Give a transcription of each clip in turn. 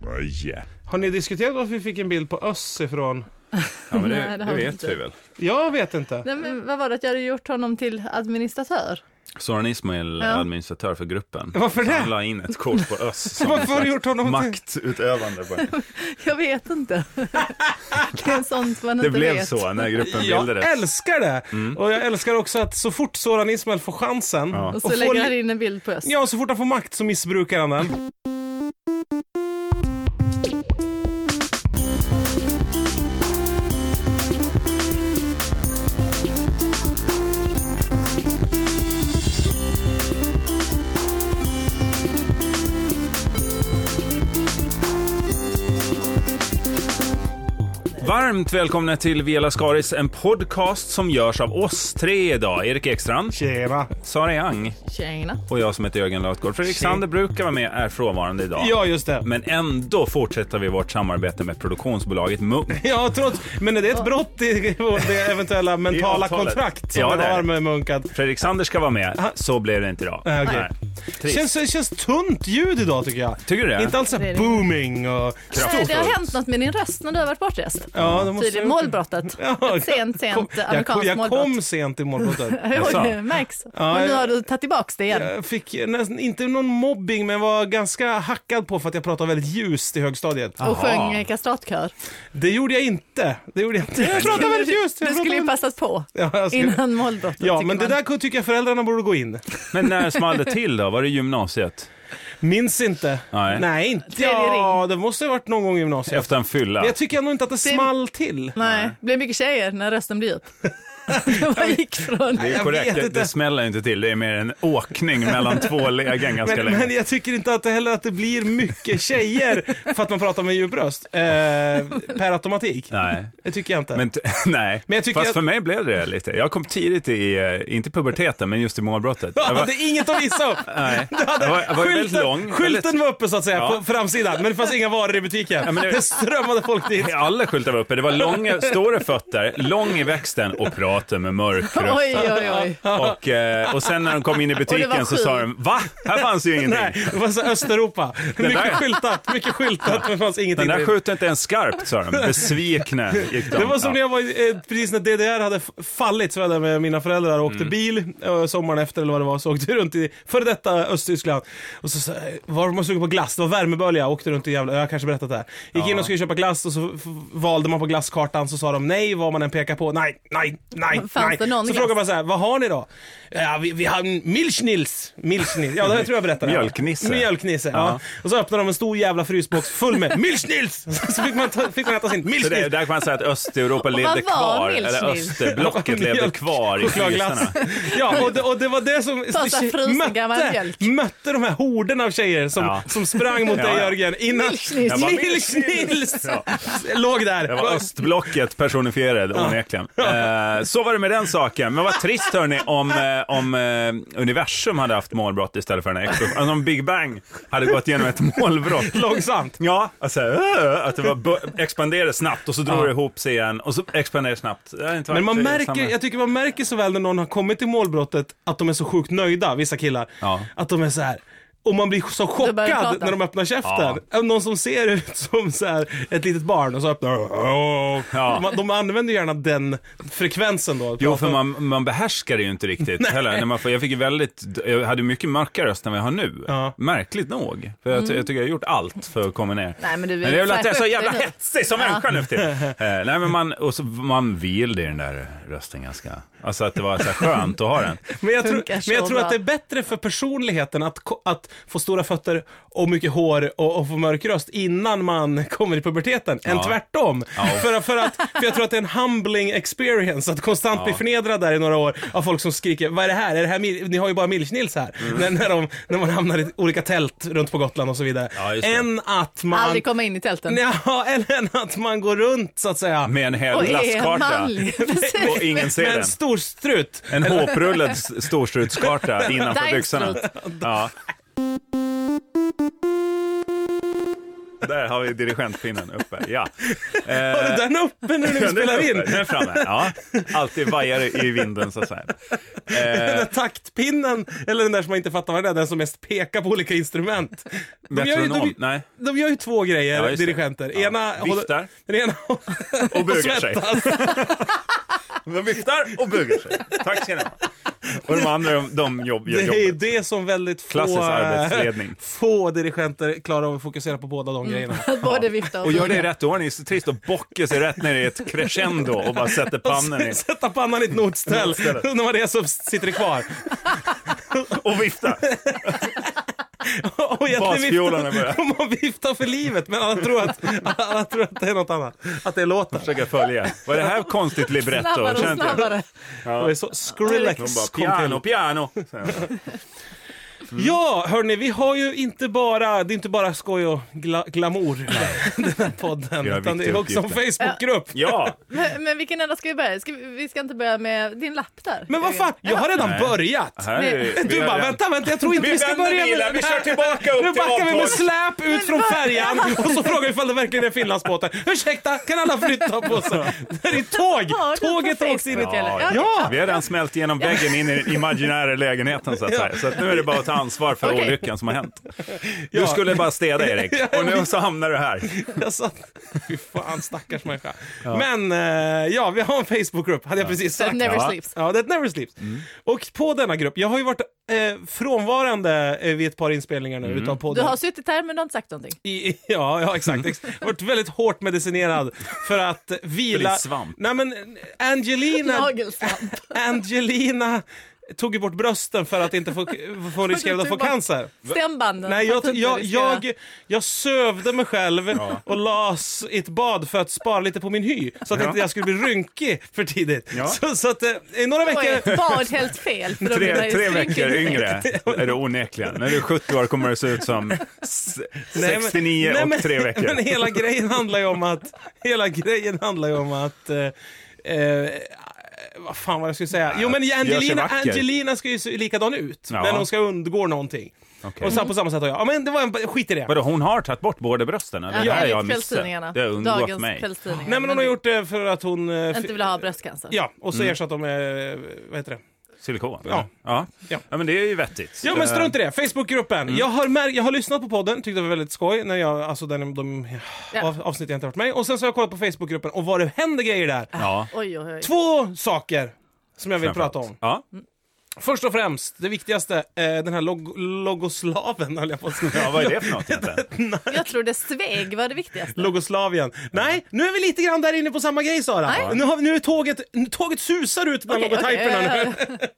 Yeah. Har ni diskuterat varför vi fick en bild på Öss ifrån? Ja, men Nej, det vet vi väl. Jag vet inte. Nej, men vad var det att jag hade gjort honom till administratör? Soran Ismail är administratör för gruppen. Varför det? Han la in ett kort på Öss. Varför har du gjort honom maktutövande? Jag vet inte. Det är sånt man Det inte blev vet. så när gruppen Jag bildades. älskar det. Och jag älskar också att så fort Soran Ismail får chansen Och så lägger han in en bild på oss. Ja, så fort han får makt så missbrukar han den. Varmt välkomna till Vela Skaris, en podcast som görs av oss tre idag. Erik Ekstrand, Tjena. Sara Young Tjena. och jag som heter Jörgen Lötgård. Fredrik Sander brukar vara med, är frånvarande idag. Ja, just det. Men ändå fortsätter vi vårt samarbete med produktionsbolaget Munk. Ja, men är det ett brott i det eventuella mentala I avtalet. kontrakt som Ja, vi det är har det. med Munkad? Fredrik Sander ska vara med, så blev det inte idag. Okay. Trist. Det känns tunt ljud idag tycker jag. Tycker du det? Inte alls så Det är det. booming och Det har hänt något med din röst när du har varit bortrest. Ja, det måste Tydligen målbrottet. Ja, Ett sent amerikanskt jag målbrott. kom sent i målbrottet. Jo, det märks. Men nu har du tagit tillbaka det igen. Jag fick nästan, inte någon mobbing, men var ganska hackad på för att jag pratade väldigt ljust i högstadiet. Och sjöng kastratkör. Det gjorde jag inte. Jag pratade väldigt ljust. Du skulle ju passat på Ja, jag skulle... innan målbrottet. Ja, tycker men det man. där tycker jag föräldrarna borde gå in. Men när small det till då? Var det gymnasiet? Minns inte. Nej. Inte. Tredje Ja, ring. det måste ha varit någon gång i gymnasiet. Efter en fylla? Men jag tycker ändå inte att det small till. Nej, det blir mycket tjejer när rösten blir djup. Man gick från... Det är Jag korrekt, vet inte. det smäller inte till. Det är mer en åkning mellan två lägen ganska länge. Men jag tycker inte att det blir mycket tjejer för att man pratar med djup röst. Per automatik. Nej. Det tycker jag inte. Nej, Men jag tycker fast att- för mig blev det lite. Jag kom tidigt i, inte puberteten, men just i målbrottet. Ja, Jag var, det är inget att visa upp. nej, Du hade jag var väldigt lång. Skylten var uppe så att säga Ja. på framsidan, men det fanns inga varor i butiken. Ja, men det strömmade folk dit. Alla skyltar var uppe. Det var långa, stora fötter, lång i växten och pratade med mörk röst. Oj. Och sen när de kom in i Och det butiken var så sa de, va? Här fanns ju ingenting. Nej, det var så Östeuropa. Mycket skyltat, men det fanns ingenting. Den där skjuter inte ens skarpt, sa de. Besvikna gick de. Det var som när jag var precis när DDR hade fallit, så var jag där med mina föräldrar och åkte bil sommaren efter eller vad det var, så åkte jag runt i för detta Östtyskland och så var man sugen på glass, det var värmebölja, jag åkte runt i jävla, jag har kanske berättat det här. Gick in och skulle köpa glass och så valde man på glasskartan, så sa de nej, vad man än pekar på, nej. Fanns det någon Så glass? frågade man så här, vad har ni då? Ja, vi har Milchnils. Ja, det tror jag berättade. Mjölknisse, ja. Och så öppnade de en stor jävla frysbox full med Milchnils. Så fick man äta sin Så Milchnils. där kan man säga att Östeuropa levde vad var kvar, Milchnils? eller Österblocket levde kvar i chokladglass. frysarna. Ja, och det var det som frusen gammal mjölk. mötte de här horden av tjejer som sprang mot dig, Jörgen, innan Milchnils låg där. Det var Östblocket personifierad, onekligen. Så var det med den saken. Men vad trist, hörni, om universum hade haft målbrott istället för en explosion. Alltså om Big Bang hade gått igenom ett målbrott. Långsamt. Ja, alltså, att det var expanderade snabbt och så drog det ihop sig igen och så expanderade snabbt. Det har inte Men varit jag tycker man märker så väl när någon har kommit till målbrottet att de är så sjukt nöjda, vissa killar. Ja. Att de är så här. Och man blir så chockad när de öppnar käften. Någon som ser ut som så här ett litet barn och så öppnar. Ja. De använder gärna den frekvensen då. Jo, för man behärskar det ju inte riktigt heller. Jag fick ju jag hade mycket mörkare röst än vad jag har nu. Ja. Märkligt nog. För jag tycker jag har gjort allt för att komma ner. Nej, men det är väl att jag är så jävla hetsig som människa nu till. Nej, men man vill det i den där rösten ganska. Alltså att det var så här skönt att ha den. Men jag tror att det är bättre för personligheten att få stora fötter och mycket hår och få mörk röst innan man kommer i puberteten än tvärtom. Ja. För jag tror att det är en humbling experience att konstant bli förnedrad där i några år av folk som skriker, vad är det här? Är det här ni har ju bara Milchnils här. När man hamnar i olika tält runt på Gotland och så vidare. Ja, än att man aldrig komma in i tälten. Ja, eller än att man går runt så att säga med en hel glasskarta och ingen ser den. En stor strut. En hoprullad storstrutskarta innanför byxorna. Ja. Där har vi dirigentpinnen uppe. Ja. Har du den uppe när du spelar in? Den är framme. Ja. Alltid vajar i vinden så att säga. Den där taktpinnen, eller den där som man inte fattar vad det är, den som mest pekar på olika instrument. Nej. De gör ju två grejer, dirigenter. Ja. Ena viftar. Den ena och bugar sig. De viftar och bugar sig. Tack ska ni ha. Och de andra, de jobbar. Det är det som väldigt få dirigenter klarar av att fokusera på båda de grejerna. Både vifta och gör det i rätt ordning. Så trist att bocka sig rätt ner i ett crescendo och bara sätter pannan i. Sätta pannan i ett notställ. När man det så sitter det kvar. Och vifta. Och man viftar för livet, men alla tror att det är något annat. Att det är låten. Försöka följa. Vad är det här konstigt libretto? Snabbare. Ja. Det är så Skrillex. Piano. Ja, hörni, vi har ju inte bara, det är inte bara skoj och glamour den här podden, utan det är också en Facebookgrupp. Ja. Men vilken ända ska vi börja? Vi ska inte börja med din lapp där. Men vad fan, jag har redan börjat. Du bara, vänta, jag tror inte vi ska börja med... Vi kör tillbaka upp. Nu backar vi med släp ut från färjan och så frågar vi ifall det verkligen är Finlandsbåten. Ursäkta, kan alla flytta på sig? Det är tåg. Tåget åks in i fjällen. Ja. Vi har redan smält genom väggen in i den imaginära lägenheten så att säga. Så att nu är det bara att ta ansvar för olyckan som har hänt. Du skulle bara städa, Erik. Och nu så hamnar du här. Fy fan, stackars människa. Men vi har en Facebookgrupp, hade jag precis sagt. That never sleeps. Ja, that never sleeps. Och på denna grupp, jag har ju varit frånvarande vid ett par inspelningar nu utav podden. Du har suttit här men du har inte sagt någonting. Ja, exakt. Jag har varit väldigt hårt medicinerad för att vila. För svamp. Nej, men Angelina tog ju bort brösten för att inte få riskera att få cancer. Stämbanden. Nej, jag sövde mig själv och las i ett bad för att spara lite på min hy. Så att inte jag skulle bli rynkig för tidigt. Ja. Så att några veckor... Bad helt fel. Tre veckor yngre är det onekligen. När du är 70 år kommer det se ut som 69 och 3 veckor. Men hela grejen handlar ju om att vad fan vad jag skulle säga. Jo, men Angelina ska ju se likadan ut. Men hon ska undgå någonting. Okay. Och så på samma sätt har jag. Ja, men det var en skit i det. Vadå, hon har tagit bort båda brösten? Eller? Ja, jag missat. Det har undgått mig. Nej, men hon har gjort det för att hon... inte vill ha bröstcancer. Ja, och så ersatt dem med... Vad heter det? Silikon? Ja, men det är ju vettigt. Ja, men strunt i det. Facebookgruppen. Jag har lyssnat på podden, tyckte det var väldigt skoj när jag, alltså de avsnitt jag inte varit med. Och sen så har jag kollat på Facebookgruppen och vad det händer grejer där. Ja. Oj. 2 saker som jag vill prata om. Ja. Först och främst, det viktigaste, den här logoslaven höll jag på att säga. Ja, vad är det för något egentligen? Jag tror det Sveg var det viktigaste. Logoslavien. Nej, nu är vi lite grann där inne på samma grej, Sara. Nu är tåget susar ut bland logotyperna.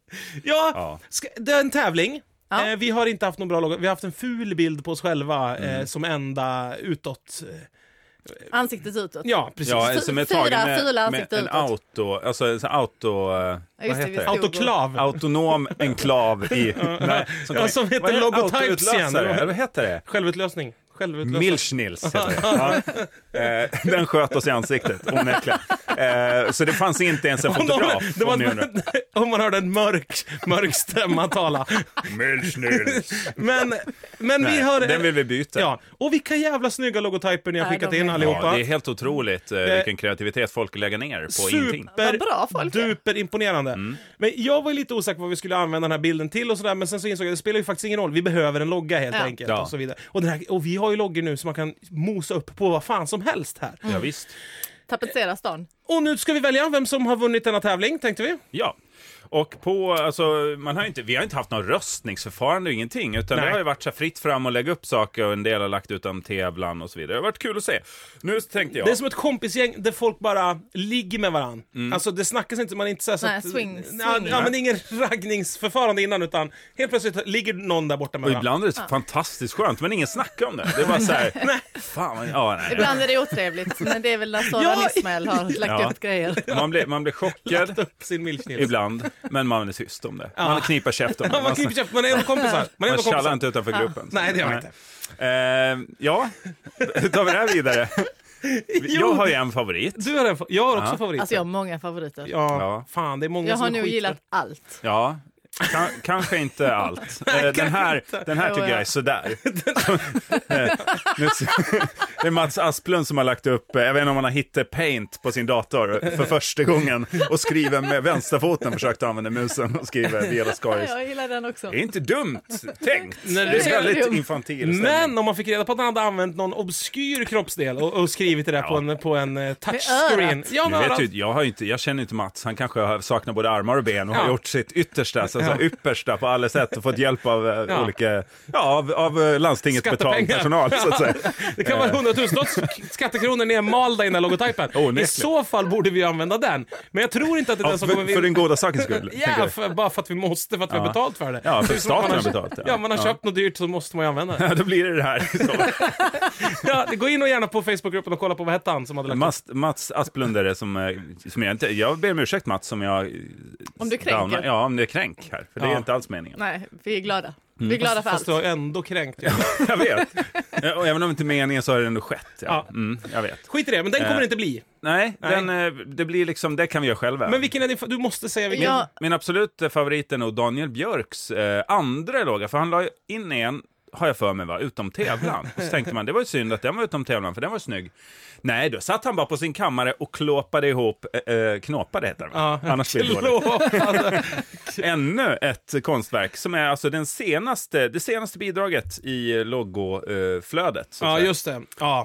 Det är en tävling. Ja. Vi har inte haft någon bra logo. Vi har haft en ful bild på oss själva som enda utåt... Ansiktet utåt. Ja, precis. Ja, som är tagen med en auto, alltså en auto, vad heter det? Autoklav. Autonom enklav i... som heter logotypes igen. Vad heter det? Självutlösning. Milchnils heter det. Den sköt oss i ansiktet, onekligen. Så det fanns inte ens en fotograf. Om man hörde en mörk stämma tala. Milchnils. Men vi har... Den vill vi byta. Ja. Och vilka jävla snygga logotyper ni har skickat in allihopa. Ja, det är helt otroligt vilken kreativitet folk lägger ner på ingenting. Duper imponerande. Men jag var lite osäker på vad vi skulle använda den här bilden till och sådär, men sen så insåg jag att det spelar ju faktiskt ingen roll. Vi behöver en logga helt enkelt och så vidare. Och vi har ju loggor nu så man kan mosa upp på vad fan som helst här. Ja, visst. Tapetsera stan. Och nu ska vi välja vem som har vunnit denna tävling, tänkte vi. Ja. Och på, alltså, vi har inte haft någon röstningsförfarande och ingenting, utan det har ju varit så fritt fram och lägga upp saker och en del har lagt utan tävlan och så vidare. Det har varit kul att se. Nu tänkte jag... Det är som ett kompisgäng där folk bara ligger med varann. Alltså det snackas inte, man är inte så här... swing. Ja, men ingen raggningsförfarande innan, utan helt plötsligt ligger någon där borta med varann. Och ibland är det fantastiskt skönt, men ingen snackar om det. Det är bara så här... nej. Ibland är det otrevligt, men det är väl när Sara Ismail har lagt upp grejer. Man blir chockad. Lagt upp sin milchnils. Ibland. Men man är tyst om det. Man kniper käft om det. Man kniper käft, man är kompisar. Man kallar inte utanför gruppen. Nej, det gör man inte. Tar vi det här vidare. Jag har ju en favorit. Du har jag har också favoriter. Alltså jag har många favoriter. Ja, fan, det är många jag som har nog gillat allt. Ja. Kanske inte allt. Den här tycker jag är sådär. Det är Mats Asplund som har lagt upp, jag vet inte om han har hittat Paint på sin dator för första gången och skriver med vänsterfoten, försökt använda musen och skriver Vela Skaris. Jag gillar den också. Det är inte dumt tänkt. Nej, det är väldigt infantil stämning. Men om man fick reda på att han hade använt någon obskyr kroppsdel och skrivit det där på en touchscreen. Jag känner inte Mats. Han kanske har saknat både armar och ben och har gjort sitt yttersta, yppersta på alla sätt och fått hjälp av olika, av landstingets betald personal, så att säga. Det kan vara 100,000 skattekronor nedmalda i den här logotypen. I så fall borde vi använda den. Men jag tror inte att det är den som kommer för den goda sakens skull. Bara för att vi måste, för att vi har betalt för det. Ja, för staten har betalt. Ja, man har köpt något dyrt så måste man ju använda det. Ja, då blir det här. Gå in och gärna på Facebookgruppen och kolla på vad hette han som hade lagt Mats Asplundare som jag inte... Jag ber om ursäkt Mats om jag... Om du kränker. Ja, om det är kränk här. För det är inte alls meningen. Nej, vi är glada. Vi är glada för allt. Fast du har ändå kränkt. Jag vet. Och även om det inte är meningen så har det ändå skett. Ja. Jag vet. Skit i det, men den kommer inte bli. Nej. Det blir liksom, det kan vi göra själva. Men vilken är din, du måste säga vilken. Min absolut favorit är nog Daniel Björks andra låga. För han la in en, har jag för mig, utom tävlan. Och så tänkte man, det var ju synd att den var utom tävlan, för den var snygg. Nej, då satt han bara på sin kammare och klåpade ihop, knåpade heter det. Ja, annars blir det dåligt. Ännu ett konstverk som är alltså det senaste bidraget i logoflödet. Ja, just det. Ja.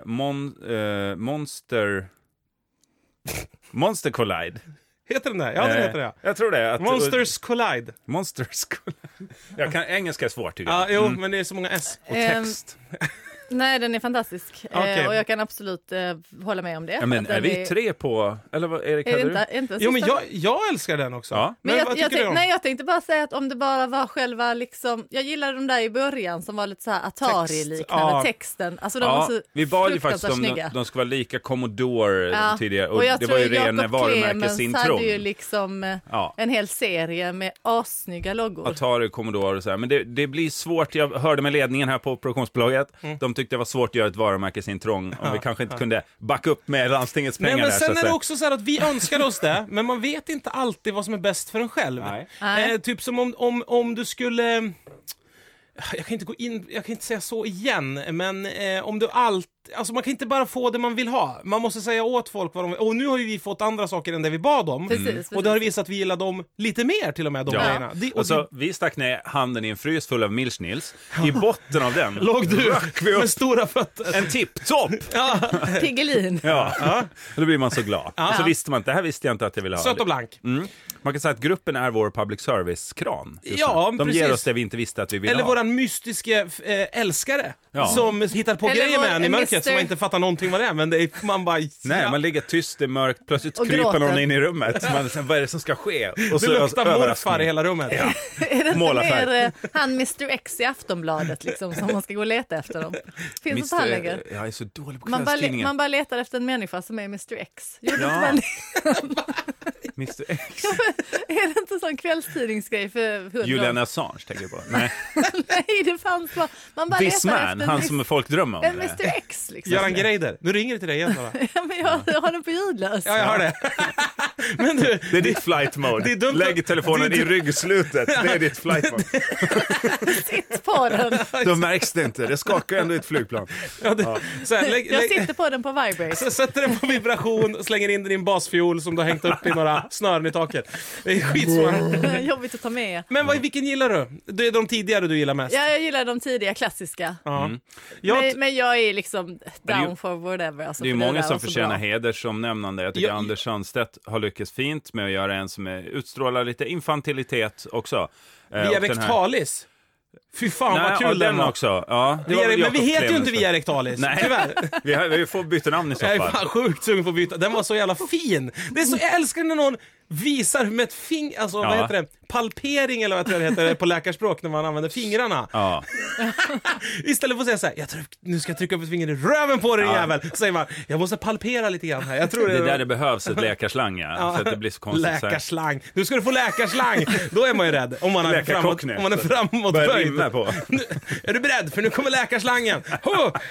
Monster Collide. Heter den där? Ja, den heter det. Jag tror det. Monsters Collide. Jag kan engelska är svårt tycker jag. Ja, jo, men det är så många S. Och text. Nej, den är fantastisk. Okay. Och jag kan absolut hålla med om det. Ja, men är vi tre på... Eller vad är det? Inte jo, men jag älskar den också. Ja. Men jag tänkte bara säga att om det bara var själva liksom... Jag gillade de där i början som var lite så här Atari-liknande texten. Alltså de var så vi bad ju faktiskt om de ska vara lika Commodore tidigare. Och det var ju ren varumärkesintron. hade ju liksom en hel serie med assnygga loggor. Atari, Commodore och så här. Men det blir svårt. Jag hörde med ledningen här på produktionsbolaget. De tyckte det var svårt att göra ett varumärkesintrång om vi kanske inte kunde backa upp med landstingets pengar. Nej, men sen där, är det också så här att vi önskade oss det, men man vet inte alltid vad som är bäst för en själv. Typ som om du skulle... Jag kan inte säga så igen, men om du alltså man kan inte bara få det man vill ha. Man måste säga åt folk vad de vill. Och nu har ju vi fått andra saker än det vi bad om. Precis. Och det har visat att vi gillar dem lite mer till och med, de grejerna. Vi stack ner handen i en frys full av Milchnils. I botten av den låg du med stora fötter. En tipptopp! Piggelin. Och då blir man så glad. Så visste man inte, det här visste jag inte att jag ville ha. Söt och blank. Man kan säga att gruppen är vår public service-kran. De ger oss det vi inte visste att vi ville ha. Eller våran mystiska älskare som hittar på grejer med en i mörkret som man inte fattar någonting vad det är, men det är, man bara... Nej, man ligger tyst i mörkt, plötsligt kryper någon in i rummet. Vad är det som ska ske? Och så det luktar morfar i hela rummet. Är det inte mer han Mr. X i Aftonbladet liksom, som man ska gå och leta efter dem? Finns inte han längre? Jag är så dålig på kvällstidningen. Man bara letar efter en människa som är Mr. X. Mr. X. Är det inte en sån kvällstidningsgrej för 100 Julian Assange tänker jag på. Nej. Nej, det fanns bara... Man bara This man, han som folk drömmer om. En Mr. X liksom. Göran Greider, nu ringer det till dig igen bara. Ja, men jag har den på ljudlös. Ja, jag har det. Men du, det är ditt flight mode. Lägg telefonen i ryggslutet. Det är ditt flight mode. Sitt på den. Då märks det inte. Det skakar ändå i ett flygplan. Så här, jag sitter på den på vibrate. Så sätter den på vibration och slänger in den i en basfiol som du har hängt upp i några snören i taket. Det är skitsmart. Jobbigt att ta med. Men vilken gillar du? Det är de tidigare du gillar mest. Ja, jag gillar de tidiga klassiska. Men jag är liksom down for whatever. Alltså det är många som förtjänar hedersomnämnande. Jag tycker Anders Sandstedt har lyckats fint med att göra en som utstrålar lite infantilitet också. Via Rectalis. Fy fan vad kul den var. Också. Ja, men vi heter ju inte Via Rectalis. Nej, tyvärr. Vi får byta namn i så fall. Jag är fan sjukt sugen på att byta. Den var så jävla fin. Det är så, jag älskar när någon visar med ett finger, alltså vad heter det? Palpering eller vad det heter på läkarspråk när man använder fingrarna. Ja. Istället för att säga så här, nu ska jag trycka upp ett finger i röven på den jävel. Så säger man, jag måste palpera lite grann här. Jag tror det är där det behövs ett läkarslang, så att det blir så konstigt. Läkarslang. Nu ska du få läkarslang. Då är man ju rädd. Om man är framåtböjd. På. Är du beredd? För nu kommer läkarslangen.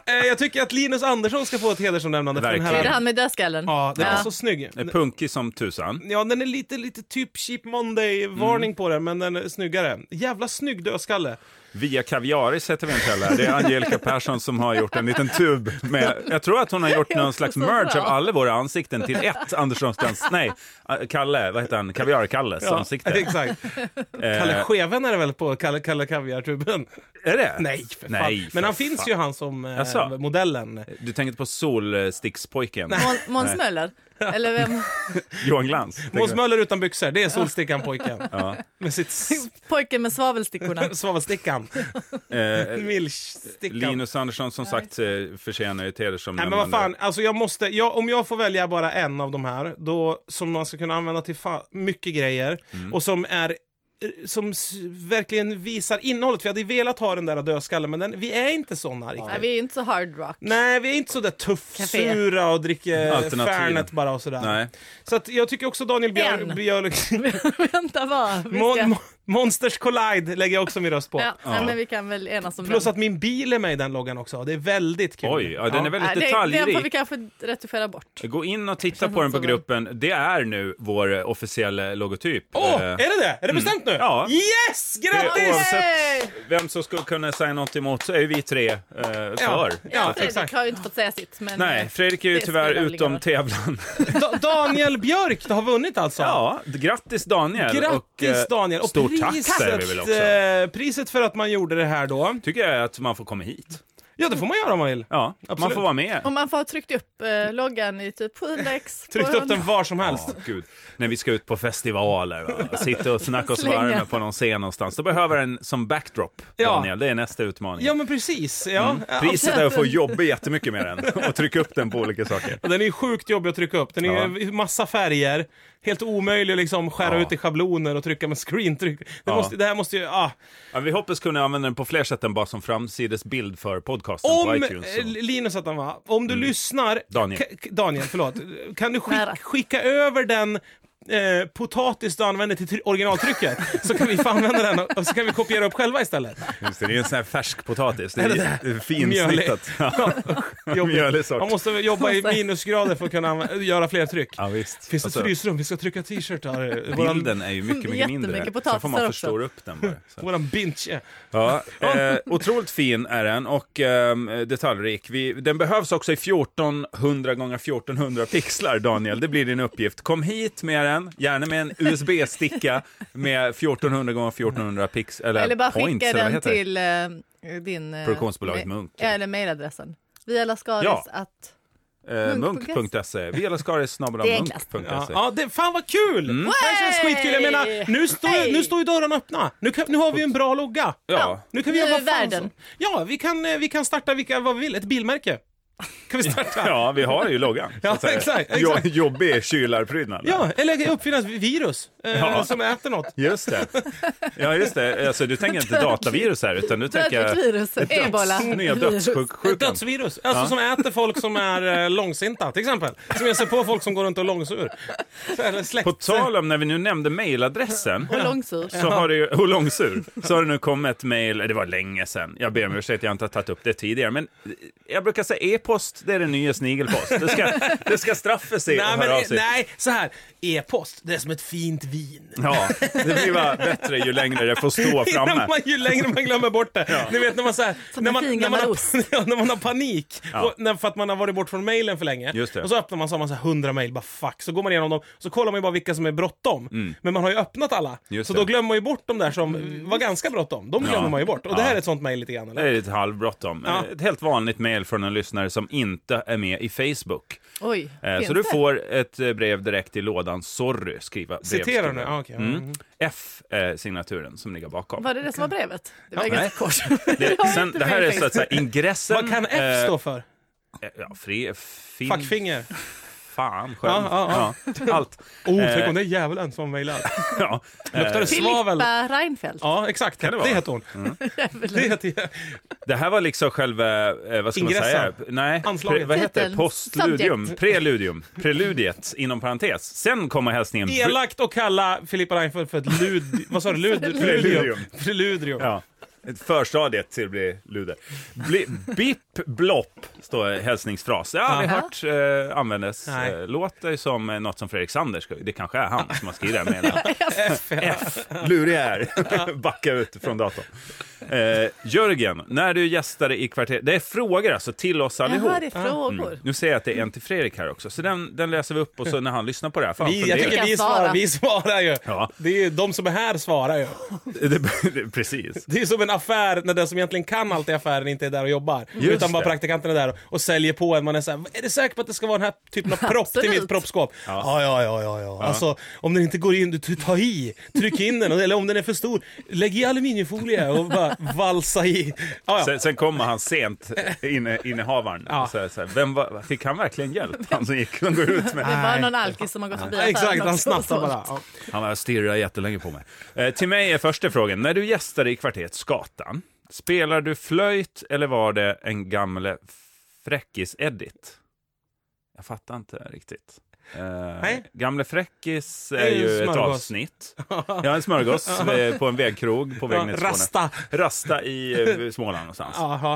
Jag tycker att Linus Andersson ska få ett hedersomnämnande för den här. Är det han med dödskallen? Ja, den är så snygg. Det är punkig som tusan. Ja, den är lite typ Cheap Monday-varning på den, men den är snyggare. Jävla snygg dödskalle. Via Kaviaris heter vi inte heller. Det är Angelica Persson som har gjort en liten tub med, jag tror att hon har gjort någon slags merge av alla våra ansikten till ett Anderssonstans, nej, Kalle, vad heter han? Kaviar-Kalles ansikte. Exakt. Kalle Scheven är det väl på Kalle Kaviar-tuben? Är det? Nej, för fan. Men han finns ju han som modellen. Du tänkte på Solstickspojken? Måns Möller? Eller vem? Johan Glans. Måns Möller utan byxor, det är Solstickan-pojken. Ja. Med sitt Pojken med svavelstickorna. Svavelstickan. Linus Andersson som sagt förtjänar ju till som. Nej, men vad fan, alltså om jag får välja bara en av de här, då som man ska kunna använda till mycket grejer och som verkligen visar innehållet. Vi hade velat ha den där dödskallen, men vi är inte såna riktigt. Nej, vi är inte så hard rock. Nej, vi är inte så där tuffsura och dricker Fernet bara och sådär. Nej. Så att jag tycker också Daniel Björk... Vänta bara. Monsters Collide lägger jag också min röst på. Ja. Nej, men vi kan väl enas om Plus den. att min bil är med i den loggan också. Det är väldigt kul. Oj, den är väldigt detaljrik. Den får vi kanske retuschera bort. Gå in och titta på den på gruppen. Det är nu vår officiella logotyp. Är det? Är det bestämt nu? Ja. Yes! Grattis! Oavsett vem som skulle kunna säga något emot så är vi tre för. Ja, Fredrik har ju inte fått säga sitt. Men nej, Fredrik är ju tyvärr utom tävlan. Daniel Björk, det har vunnit alltså. Ja, grattis Daniel. Grattis Daniel. Och stort tack säger vi väl också. Priset för att man gjorde det här då. Tycker jag att man får komma hit. Ja, det får man göra om man vill. Ja, absolut. Man får vara med. Och man får ha tryckt upp loggan i typ 7x. Tryckt upp den var som helst. Gud. När vi ska ut på festivaler och sitta och snacka oss varma på någon scen någonstans. Då behöver en som backdrop, Daniel. Det är nästa utmaning. Ja, men precis. Ja. Priset är att få jobba jättemycket med den och trycka upp den på olika saker. Och den är sjukt jobbig att trycka upp. Den är massa färger. Helt omöjlig att liksom skära ut i schabloner och trycka med screentryck. Det här måste ju... Ja, vi hoppas kunna använda den på fler sätt än bara som framsidesbild för podcasten på iTunes. Linus att han var. Om du lyssnar... Daniel, förlåt. Kan du skicka över den potatis du använder till originaltrycket så kan vi få använda den och så kan vi kopiera upp själva istället. Just det är en sån här färsk potatis. Det är finsnittat. Mjölig sort. Man måste jobba i minusgrader för att kunna göra fler tryck. Ja, visst. Finns det ett frysrum? Vi ska trycka t-shirtar. Bilden är ju mycket mindre. Så får man förstora upp den bara. Våran binge. Ja, otroligt fin är den och detaljrik. Den behövs också i 1400 x 1400 pixlar, Daniel. Det blir din uppgift. Kom hit med den. Gärna med en USB-sticka med 1400 x 1400 pix eller bara points, skicka den till din produktionsbolaget Munk. Eller mailadressen. Via Lascaris Munk.se. Via Lascaris@munk.se. Ja, fan vad kul! Det känns skitkul. Jag menar, nu står ju dörren öppna. Nu har vi en bra logga. Ja. Nu kan vi göra världen. Ja, vi kan starta vad vi vill. Ett bilmärke. Kan vi starta? Ja, vi har ju loggan. Ja, exakt. Jobbig kylarprydnad. Ja, eller uppfinna ett virus som äter något. Just det. Ja, just det. Alltså, du tänker inte datavirus här, utan du tänker nya dödssjukan. Dödsvirus. Alltså som äter folk som är långsinta, till exempel. Som jag ser på folk som går runt och långsur. På tal om när vi nu nämnde mailadressen. Och långsur. Så har det nu kommit ett mail, det var länge sedan. Jag ber om ursäkt, jag har inte tagit upp det tidigare. Men jag brukar säga e-post, det är den nya snigelpost. Det ska straffa sig att höra av sig. Nej, så här. E-post, det är som ett fint vin. Ja, det blir bara bättre ju längre det får stå framme. Ju längre man glömmer bort det. Ja. Ni vet när man så här, när man har panik för att man har varit bort från mailen för länge. Just det. Och så öppnar man så 100 mejl, bara fuck. Så går man igenom dem, så kollar man ju bara vilka som är bråttom. Men man har ju öppnat alla. Så då glömmer man ju bort de där som var ganska bråttom. De glömmer man ju bort. Och det här är ett sånt mejl lite grann, eller? Det är lite halvbråttom. Ett helt vanligt mejl från en lyssnare som inte är med i Facebook. Oj, så du får ett brev direkt i lådan. Sorry, skriva citerar nu? Okay. F signaturen som ligger bakom. Var det som var brevet? Det var ganska kort. Det här är så att säga ingressen. Vad kan F stå för? Fackfinger. Fan själv. Allt. Tänk om det är djävulen som mejlar. Luktar det svavel? Filippa Reinfeldt. Ja, exakt. Det heter hon. Det här var liksom själva, vad ska man säga? Nej, vad heter det? Postludium. Preludiet, inom parentes. Sen kommer hälsningen. Elakt att kalla Filippa Reinfeldt för ett vad sa du? Preludium. Ja. Ett förstadiet till att bli luder. Bipp blopp står hälsningsfras. Jag har aldrig hört användas. Låter som något som Fredrik Sander ska. Det kanske är han som har skrivit det med. F. Lurig här. Backa ut från datorn. Jörgen, när du gästade i kvarteret. Det är frågor alltså till oss allihop. Det är frågor. Nu säger jag att det är en till Fredrik här också. Så den läser vi upp och så när han lyssnar på det här. Jag tycker vi svarar ju. Ja. Det är ju de som är här svarar ju. Precis. Det är som en affär när den som egentligen kan allt i affären inte är där och jobbar. Utan bara praktikanten är där och säljer på en. Man är så här, är det säkert på att det ska vara den här typen av propp till mitt proppskåp? Ja. Alltså, om den inte går in, du tar i, tryck in den. Eller om den är för stor, lägg i aluminiumfolie och bara valsa i. Sen kommer han sent, innehavaren. Och så fick han verkligen hjälp? Han som gick och går ut med. Det var någon alkis som har gått förbi. Exakt, han snattar bara. Han var stirrat jättelänge på mig. Till mig är första frågan. När du gästade i kvarteret Skatan, spelar du flöjt eller var det en gamle fräckis-edit? Jag fattar inte riktigt. Gamle fräckis är ju ett avsnitt. Ja, en smörgås på en vägkrog på vägen ner till Skåne. Rasta i Småland någonstans.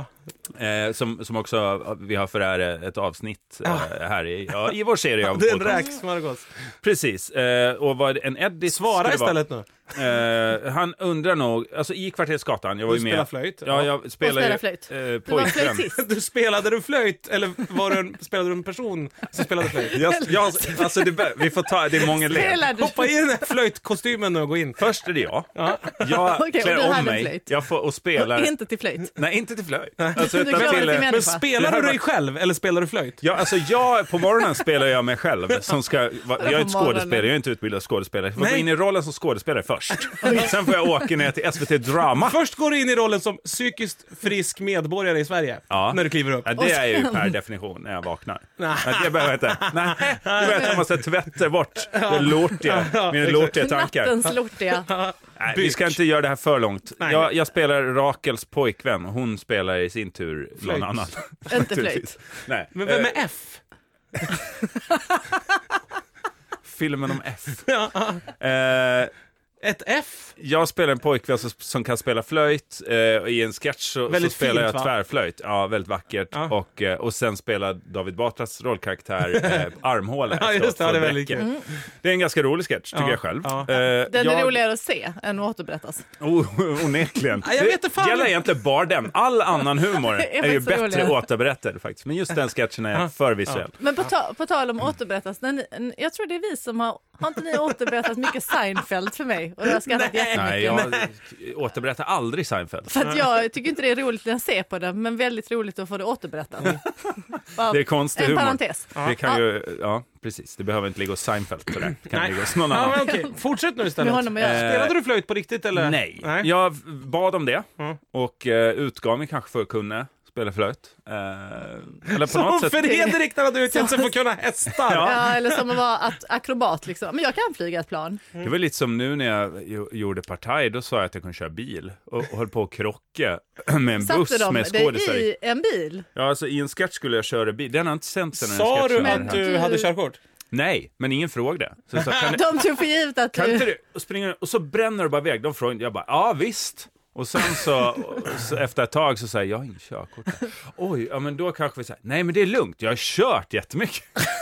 Som också vi har för ett avsnitt här i vår serie av det är en räksmörgås. Precis. Och vad en edit svara istället nu. Han undrar nog, alltså i kvarteret Skatan, jag var ju med. Spelar flöjt. Ja, jag spelade flöjt. Du spelade du flöjt eller spelade du en person som spelade flöjt? Alltså vi får ta, det är många led. Hoppa in i flöjtkostymen nu och gå in. Först är det jag. Jag klär om mig. Jag får och spelar. Inte till flöjt. Nej, inte till flöjt. Alltså, men spelar du dig själv eller spelar du flöjt? Ja, alltså på morgonen spelar jag mig själv som ska jag är ett skådespelare, jag är inte utbildad skådespelare. Jag får gå in i rollen som skådespelare först. Sen får jag åka ner till SVT Drama. Först går du in i rollen som psykiskt frisk medborgare i Sverige när du kliver upp. Ja, det är ju per definition när jag vaknar. Jag behöver inte. Jag måste tvätta bort det lortiga, mina lortiga tankar. Nattens lortiga. Nej, vi ska inte göra det här för långt. Jag spelar Rakels pojkvän. Hon spelar i sin tur någon annan. Inte flöjt. Nej. Men vem är F? Filmen om F. Ett F? Jag spelar en pojkvän som kan spela flöjt. I en sketch så spelar jag tvärflöjt. Ja, väldigt vackert. Och sen spelar David Batras rollkaraktär Armhåle. Ja, just det, det är väldigt kul. Det är en ganska rolig sketch, tycker jag själv. Den är roligare att se än att återberättas. Onekligen. Det gäller egentligen bara den. All annan humor är ju bättre återberättad faktiskt. Men just den sketchen är för visuell. Men på tal om återberättas, jag tror det är vi som har inte ni återberättat mycket Seinfeld för mig? Och jag har skrattat jättemycket. Nej, jag återberättar aldrig Seinfeld. För att jag tycker inte det är roligt när jag ser på det, men väldigt roligt att få det återberättat. Det är konstig humor. Parentes. Det kan ju, precis. Det behöver inte ligga hos Seinfeld på det. Det kan ligga hos någon annan. Okay. Fortsätt nu istället. Spelade du flöjt på riktigt eller? Nej. Jag bad om det och utgav mig kanske för att kunna spela flöjt. Eller på något sätt. Fredrik när du utgett sig för att kunna hästar. Ja, eller som att vara akrobat liksom. Men jag kan flyga ett plan. Det var lite som nu när jag gjorde Partaj. Då sa jag att jag kunde köra bil. Och höll på att krocka med en buss med skådespelare. I en bil? Ja, alltså i en sketch skulle jag köra bil. Den har inte sänt sen. Sa du att du hade körkort? Nej, men ingen frågade. Så de tog för givet att kan inte du springa och så bränner du bara iväg. De frågade, jag bara, ja visst. Och sen så efter ett tag så säger jag har ingen körkort. Oj, ja men då kanske vi säger, nej men det är lugnt, jag har kört jättemycket.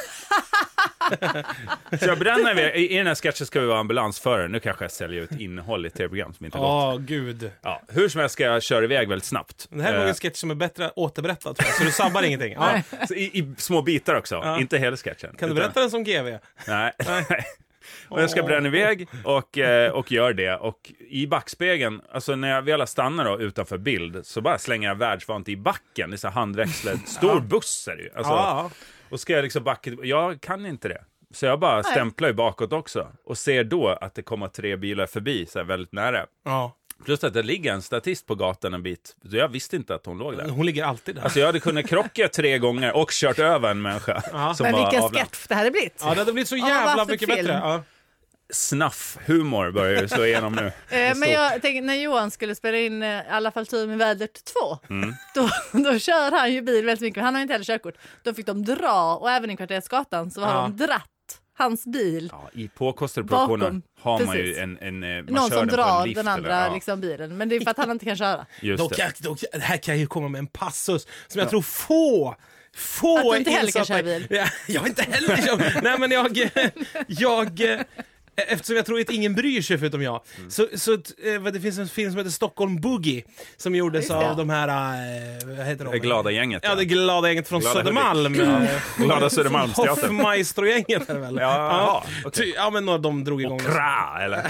Så jag bränner iväg. I den här sketchen ska vi vara ambulansförare. Nu kanske jag säljer ut innehåll i ett tv-program som inte har gått. Gud. Ja, hur som helst ska jag köra iväg väldigt snabbt. Det här är nog en sketch som är bättre återberättad, tror jag. Så du sabbar ingenting. Så i små bitar också, inte hela sketchen. Kan du berätta den som GV? Nej. Och jag ska bränna iväg och gör det. Och i backspegeln, alltså när jag väl stannar då utanför bild, så bara slänger jag världsvant i backen. Det är så handväxlad, stor buss är det ju. Alltså, och ska jag liksom backa, jag kan inte det. Så jag bara stämplar ju bakåt också. Och ser då att det kommer 3 bilar förbi så här väldigt nära. Ja. Plus att det ligger en statist på gatan en bit. Så jag visste inte att hon låg där. Hon ligger alltid där. Alltså jag hade kunnat krocka 3 gånger och kört över en människa. Som men vilken sketch det hade blivit. Ja, det hade blivit så jävla mycket bättre. Ja. Snuff-humor börjar ju slå igenom nu. Men jag tänker, när Johan skulle spela in i alla fall Tur med vädret 2, då kör han ju bil väldigt mycket. Han har inte heller körkort. Då fick de dra, och även i kvarteret Skatan så har de dratt hans bil. Ja, i påkostade produktioner har man ju någon som drar lift, den andra liksom, bilen. Men det är för att han inte kan köra. Just det. Här kan jag ju komma med en passus som jag tror få att du inte heller kan köra bil. Jag inte heller kör. Nej, men jag eftersom jag tror att ingen bryr sig förutom jag. Så det finns en film som heter Stockholm Boogie som gjordes av de här vad heter de? Det glada gänget. Ja, det glada gänget från Södermalm. Glada Södermalmsteatern. Hoffmaestro-gänget är det väl? Ja, okay. Ja, men de drog igång. Eller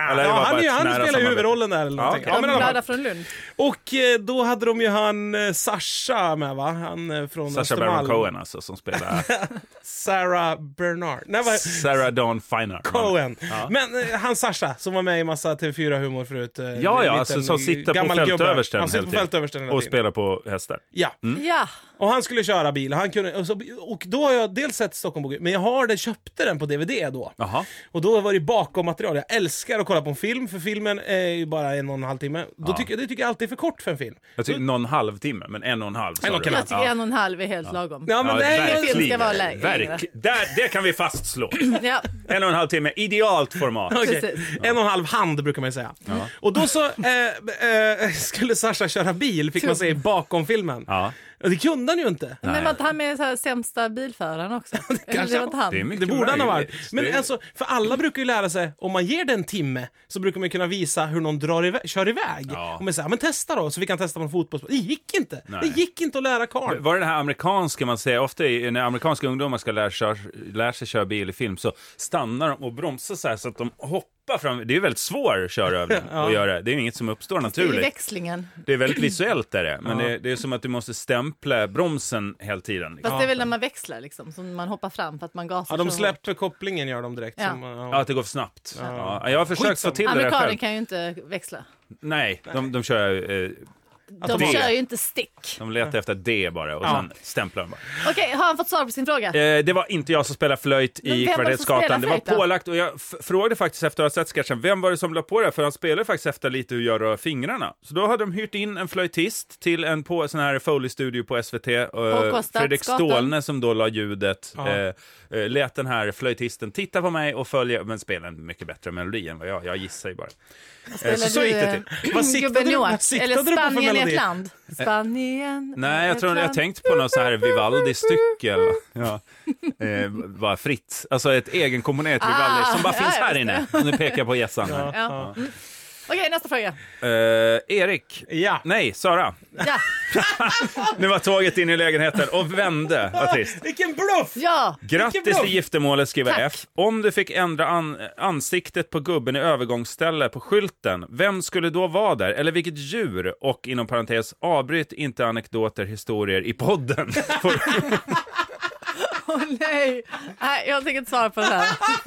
han spelar ju huvudrollen där eller någonting. Ja, men glada från Lund. Och då hade de ju han Sasha med, va? Han från Sasha Baron Cohen alltså, som spelar Sarah Bernard. Sarah Dawn Finer. Cohen. Ja. Men han Sasha som var med i massa TV4-humor förut. Alltså, som sitter på fältöversten. Han sitter på fältöversten och spelar på hästar. Ja. Och han skulle köra bil. Och då har jag dels sett Stockholm Boogie, men jag köpte den på DVD då. Aha. Och då var det bakom material. Jag älskar att kolla på en film, för filmen är ju bara 1,5 timme. Det tycker jag alltid är för kort för en film. Jag tycker 1,5 timme, men 1,5. Jag tycker 1,5 är helt lagom. Ja, men film ska vara längre. Det kan vi fastslå. 1,5 timme, idealt format. Okay. 1,5 hand brukar man säga. Ja. Och då så skulle Sasha köra bil, fick man säga, bakom filmen. Ja. Och det kunde han ju inte. Men var inte han med så här sämsta bilföraren också? Kanske. Det var han. Det borde han ha varit. Men alltså, för alla brukar ju lära sig, om man ger den en timme så brukar man kunna visa hur någon kör iväg. Ja. Och man säger, men testa då, så vi kan testa på en fotbollsspel. Det gick inte. Nej. Det gick inte att lära karl. Var det här amerikanska man säger, ofta när amerikanska ungdomar ska lära sig köra bil i film, så stannar de och bromsar så här så att de hoppar fram. Det är väldigt svår körövning att göra. Det är inget som uppstår naturligt. I växlingen. Det är väldigt visuellt där, men det är som att du måste stämpla bromsen hela tiden. Fast det är väl när man växlar liksom, som man hoppar fram för att man gasar. Ja, de släpper kopplingen, gör de direkt. Ja, att det går för snabbt. Ja. Jag har försökt få till det själv. Amerikanen kan ju inte växla. Nej. De kör de kör ju inte stick. De letar efter D bara och sen stämplar de bara. Okej, har han fått svar på sin fråga? Det var inte jag som spelade flöjt i Kvartersgatan. Det var pålagt, och jag frågade faktiskt efter att ha sett sketchen, vem var det som la på det? För han spelade faktiskt efter lite hur jag rör fingrarna. Så då hade de hyrt in en flöjtist till en sån här Foley-studio på SVT. Fredrik Stålne som då la ljudet. Lät den här flöjtisten titta på mig och följa, men spela en mycket bättre melodi än vad jag gissar ju bara. Så gick det till. Vad siktade du på för melodi? Ett land. Spanien. Nej, jag tror jag tänkte på något så här Vivaldi-stycke bara fritt. Alltså ett egenkomponerat Vivaldi som bara finns här inne. Och nu pekar jag på gässan här. Okej, nästa fråga. Erik. Ja. Nej, Sara. Ja. Nu var tåget in i lägenheten och vände. Vad trist. Vilken bluff! Ja. Grattis till giftermålet, skriver F. Om du fick ändra ansiktet på gubben i övergångsställe på skylten, vem skulle då vara där? Eller vilket djur? Och inom parentes, avbryt inte anekdoter, historier i podden. Nej, jag tänker inte svara på det här.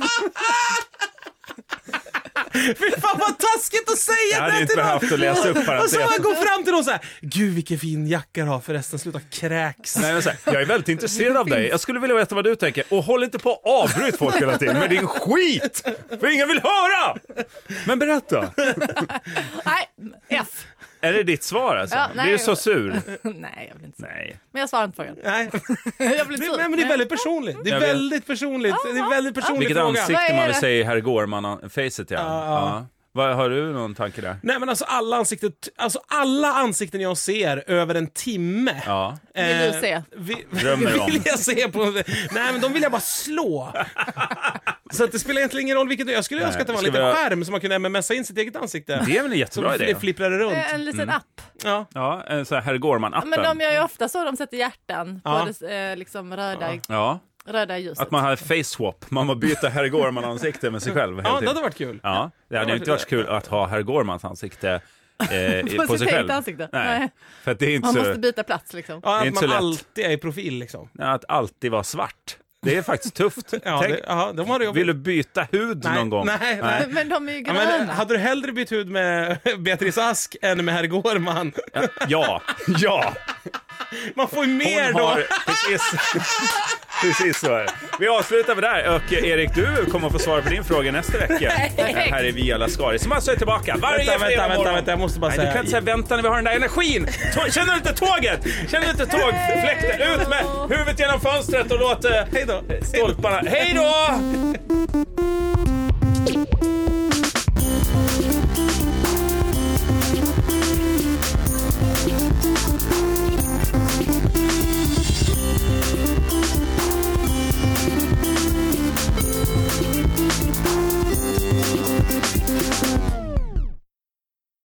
Fy fan vad taskigt att säga det. Jag hade inte behövt att läsa upp och så man går fram till någon så här: gud vilken fin jacka du har, förresten, sluta kräks. Nej, men så här, jag är väldigt intresserad av dig. Jag skulle vilja veta vad du tänker. Och håll inte på att avbryta folk hela tiden med din skit. För ingen vill höra. Men berätta. Nej, F. Är det ditt svar alltså? Ja, nej, du är så sur. Nej, jag vill inte. Nej. Men jag svarar inte på frågan. Nej. Jag blir sur. Men det är väldigt personligt. Det är väldigt personligt. Det är väldigt personligt. Vilket fråga. Ansikte man vill säga Herr Gårman-facet, ja. Vad har du någon tanke där? Nej, men alltså alla ansikten jag ser över en timme. Ja. Vill du se? Drömmer om. Vill jag se på. Nej, men de vill jag bara slå. Så att det spelar egentligen ingen roll vilket. Jag skulle önska att det var en liten skärm som man kunde mmsa in sitt eget ansikte. Det är väl en jättebra idé. Så flipprar runt. En liten app. Ja, en sån här Herr Gårman-appen. Men de gör ju ofta så, de sätter hjärtan på det liksom röda ljuset. Att man hade face swap. Man må byta Herr Gårman-ansikte med sig själv. Ja, det hade varit kul. Ja, det hade inte varit kul att ha Herr Gårmans ansikte på sig själv. Ansikte. Nej. För att det är inte man så... måste byta plats liksom. Ja, att man alltid är i profil liksom. Ja, att alltid vara svart. Det är faktiskt tufft. De har det. Vill du byta hud någon gång? Nej. Men de är ju gröna. Men hade du hellre bytt hud med Beatrice Ask än med Herr Gårman? Ja. Man får ju mer då. Precis så är det. Vi avslutar med det här. Och Erik, du kommer att få svara på din fråga nästa vecka. Här är Via Lascaris som alltså är tillbaka varje fredag morgon. Vänta, jag måste bara säga. Du kan inte säga vänta när vi har den där energin. Känner du inte tåget? Känner du inte tågfläkten? Ut med huvudet genom fönstret och låt stolparna. Hej då!